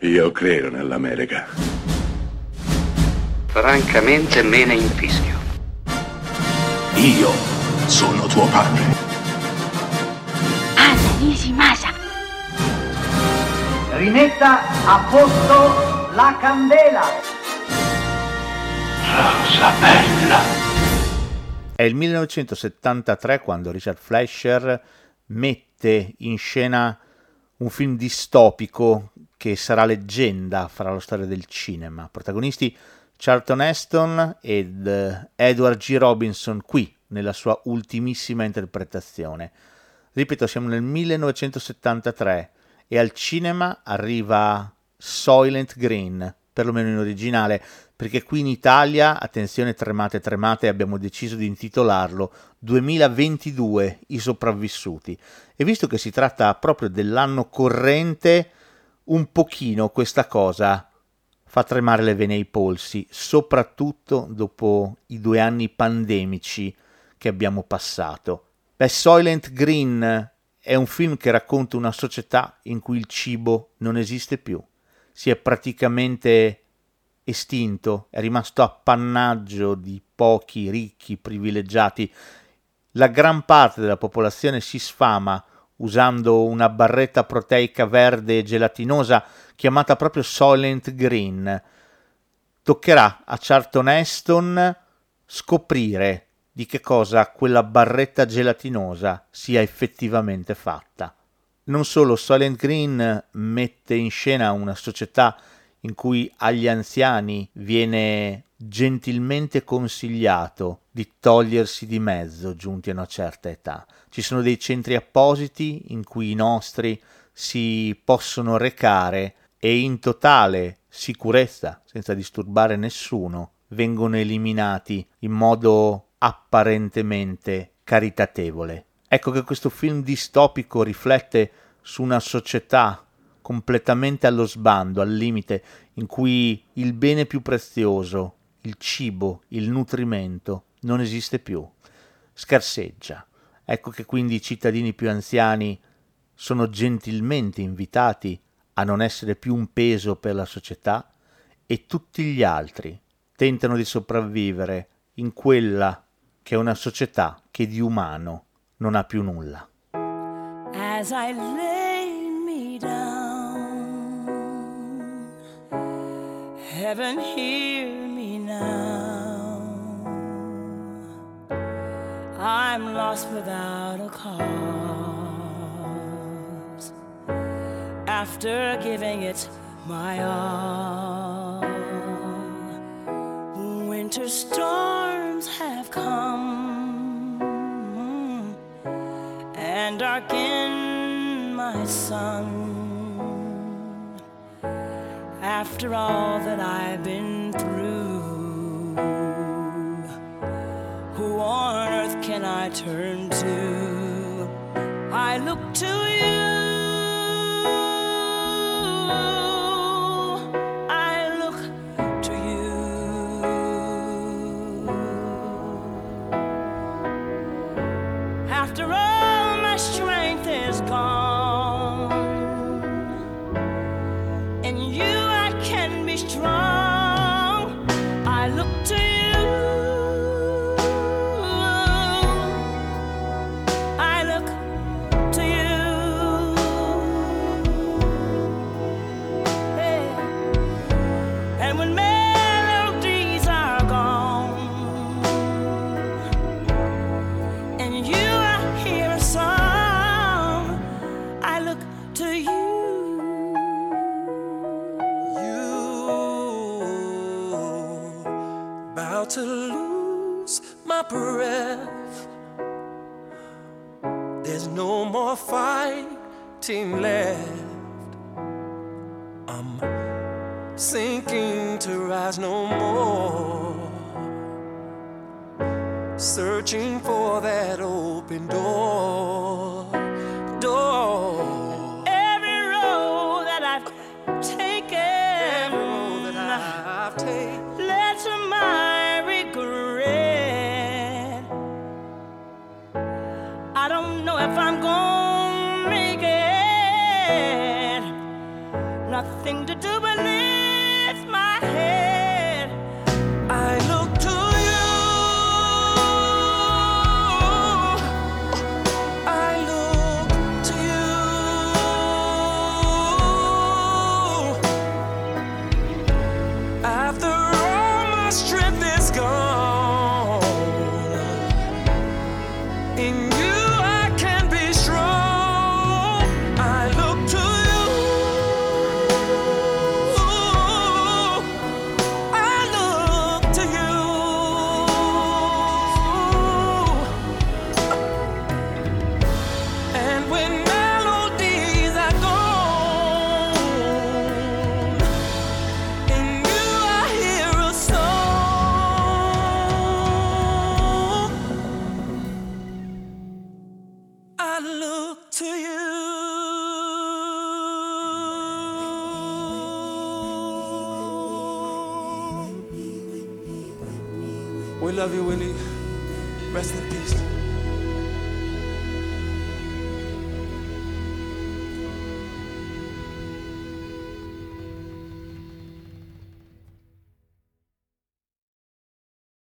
Io credo nell'America. Francamente me ne infischio. Io sono tuo padre. Anna Nishimasa. Rimetta a posto la candela. Rosa bella. È il 1973 quando Richard Fleischer mette in scena un film distopico che sarà leggenda, farà la storia del cinema. Protagonisti Charlton Heston ed Edward G. Robinson, qui nella sua ultimissima interpretazione. Ripeto, siamo nel 1973 e al cinema arriva Soylent Green, perlomeno in originale, perché qui in Italia, attenzione tremate, abbiamo deciso di intitolarlo 2022 I sopravvissuti. E visto che si tratta proprio dell'anno corrente, un pochino questa cosa fa tremare le vene ai polsi, soprattutto dopo i 2 anni pandemici che abbiamo passato. Soylent Green è un film che racconta una società in cui il cibo non esiste più, si è praticamente estinto, è rimasto appannaggio di pochi ricchi privilegiati. La gran parte della popolazione si sfama usando una barretta proteica verde e gelatinosa chiamata proprio Soylent Green. Toccherà a Charlton Heston scoprire di che cosa quella barretta gelatinosa sia effettivamente fatta. Non solo, Soylent Green mette in scena una società in cui agli anziani viene gentilmente consigliato di togliersi di mezzo giunti a una certa età. Ci sono dei centri appositi in cui i nostri si possono recare e in totale sicurezza, senza disturbare nessuno, vengono eliminati in modo apparentemente caritatevole. Ecco che questo film distopico riflette su una società completamente allo sbando, al limite, in cui il bene più prezioso, il cibo, il nutrimento, non esiste più, scarseggia. Ecco che quindi i cittadini più anziani sono gentilmente invitati a non essere più un peso per la società e tutti gli altri tentano di sopravvivere in quella che è una società che di umano non ha più nulla. As I lay me down, heaven hear me now. I'm lost without a cause, after giving it my all. Winter storms have come and darken my sun. After all that I've been through, who on earth can I turn to? I look to you. I look to you. After all my strength is gone, in you I can be strong. I look to you. I look to you. Yeah. And when melodies are gone, and you I hear a song, I look to you. About to lose my breath. There's no more fighting left. I'm sinking to rise no more. Searching for that open door. Every road that I've taken, Every road that I've taken led to my regret. I don't know if I'm gonna make it. Nothing nothing to do but lift my head. I look to you. I look to you. After all my strength is gone, in you I can be strong. I look to you. I look to you. And when melodies are gone, in you I hear a song. I look to you. We love you, Willie. Rest in peace.